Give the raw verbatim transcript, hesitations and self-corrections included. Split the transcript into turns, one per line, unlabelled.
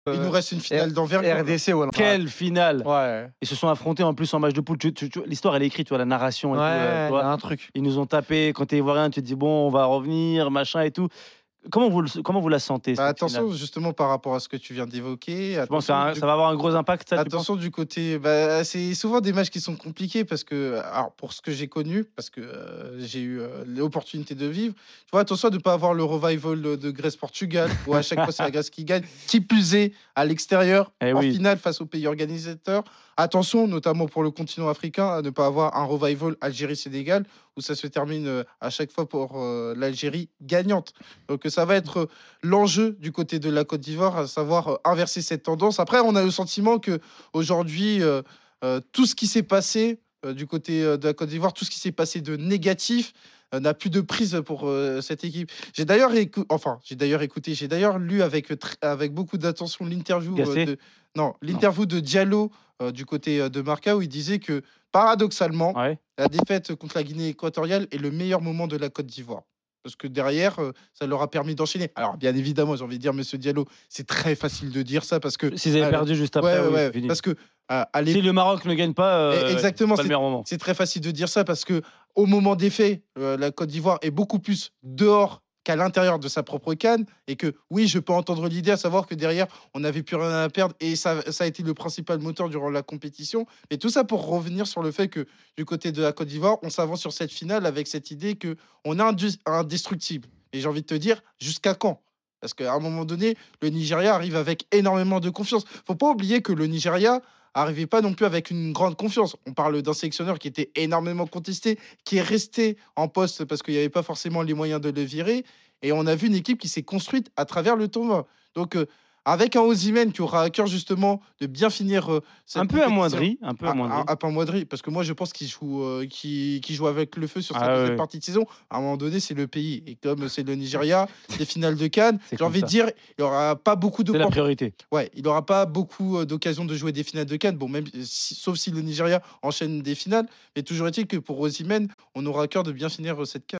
Il nous
Heu,
reste une finale d'envergure.
R D C, ouais.
quelle finale!
Ouais.
Ils se sont affrontés en plus en match de poule. Tu tu tu l'histoire elle est écrite, tu vois? La narration et tout, heu, tu
Ouais, il y a
vois?
un truc.
Ils nous ont tapé. Quand tu es ivoirien, tu te dis: «Bon, on va revenir, machin et tout». Comment vous le comment vous la sentez
Bah,
cette finale?
attention justement par rapport à ce que tu viens d'évoquer,
Tu penses que ça
attention
a un
du
ça va avoir un gros impact ça, tu penses?
attention du côté bah, c'est souvent des matchs qui sont compliqués parce que alors pour ce que j'ai connu, parce que, heu, j'ai eu, heu, l'opportunité de vivre, tu vois? Attention à ne pas avoir le revival de de Grèce-Portugal où à chaque fois c'est la Grèce qui gagne, qui plus est à l'extérieur,
Eh
en
oui.
finale face aux pays organisateurs. Attention, notamment pour le continent africain, à ne pas avoir un revival Algérie-Sénégal où ça se termine, heu, à chaque fois pour, heu, l'Algérie gagnante. Donc, heu, ça va être, heu, l'enjeu du côté de la Côte d'Ivoire, à savoir, heu, inverser cette tendance. Après, on a le sentiment qu'aujourd'hui, heu heu, tout ce qui s'est passé, heu, du côté, heu, de la Côte d'Ivoire, tout ce qui s'est passé de négatif, heu, n'a plus de prise pour, heu, cette équipe. J'ai d'ailleurs écou enfin, j'ai d'ailleurs écouté, j'ai d'ailleurs lu avec, heu, tr avec beaucoup d'attention l'interview, heu,
Gasset?
de non,
Non.
l'interview de Diallo, heu, du côté, heu, de Marca où il disait que, paradoxalement,
Ouais.
la défaite contre la Guinée équatoriale est le meilleur moment de la Côte d'Ivoire. Parce que derrière, heu, ça leur a permis d'enchaîner. Alors bien évidemment, j'ai envie de dire, monsieur Diallo, c'est très facile de dire ça parce que,
S'ils avaient
heu
perdu juste
ouais,
après,
ouais,
oui, c'est
ouais,
fini.
parce que, à à l'ép
Si le Maroc ne gagne pas,
E
heu, c'est
exactement,
pas le
c'est
meilleur moment.
c'est très facile de dire ça parce qu'au moment des faits, heu, la Côte d'Ivoire est beaucoup plus dehors qu'à l'intérieur de sa propre CAN et que oui, je peux entendre l'idée à savoir que derrière, on n'avait plus rien à perdre et ça ça a été le principal moteur durant la compétition. Mais tout ça pour revenir sur le fait que du côté de la Côte d'Ivoire, on s'avance sur cette finale avec cette idée qu'on est indus indestructible et j'ai envie de te dire: «Jusqu'à quand?» Parce qu'à un moment donné, le Nigeria arrive avec énormément de confiance. Faut pas oublier que le Nigeria arrivait pas non plus avec une grande confiance. On parle d'un sélectionneur qui était énormément contesté, qui est resté en poste parce qu'il n'y avait pas forcément les moyens de le virer. Et on a vu une équipe qui s'est construite à travers le tournoi. Donc, euh, avec un Osimhen qui aura à cœur justement de bien finir euh,
Un
cette
peu
compétition.
amoindri, un peu
À,
amoindri.
à, à Pamoiserie, parce que moi je pense qu'il joue, euh, qu'il, qu'il joue avec le feu sur sa
Ah
deuxième
ouais,
partie de saison. À un moment donné, c'est le pays. Et comme c'est le Nigeria, des finales de Cannes,
c'est
j'ai
comme
envie de
ça.
dire, il n'y aura pas beaucoup
C'est la
d'opportunités.
priorité.
Ouais, il n'aura pas beaucoup euh, d'occasions de jouer des finales de Cannes, bon, même si- sauf si le Nigeria enchaîne des finales. Mais toujours est-il que pour Osimhen, on aura à cœur de bien finir euh, cette Cannes.